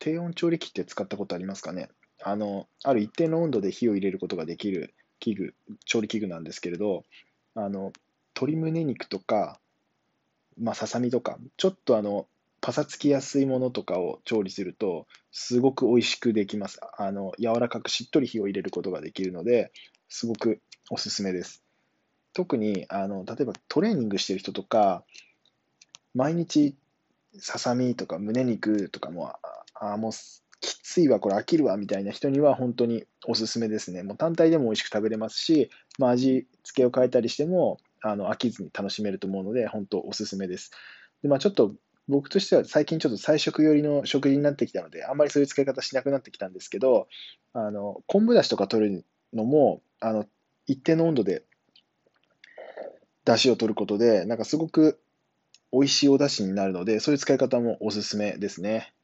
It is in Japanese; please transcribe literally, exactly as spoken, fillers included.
低温調理器って使ったことありますかね。あの、ある一定の温度で火を入れることができる器具、調理器具なんですけれど、あの、鶏胸肉とか、まあ、ささみとか、ちょっとあの、パサつきやすいものとかを調理すると、すごく美味しくできます。あの、柔らかくしっとり火を入れることができるので、すごくおすすめです。特に、あの、例えばトレーニングしてる人とか、毎日ささみとか胸肉とかも、ああ、もうきついわ、これ飽きるわみたいな人には本当におすすめですね。もう単体でも美味しく食べれますし、まあ、味付けを変えたりしてもあの飽きずに楽しめると思うので、本当おすすめです。で、まあ、ちょっと僕としては最近ちょっと菜食寄りの食事になってきたので、あんまりそういう使い方しなくなってきたんですけど、あの昆布だしとか取るのもあの一定の温度で出汁を取ることで、なんかすごく美味しいお出汁になるので、そういう使い方もおすすめですね。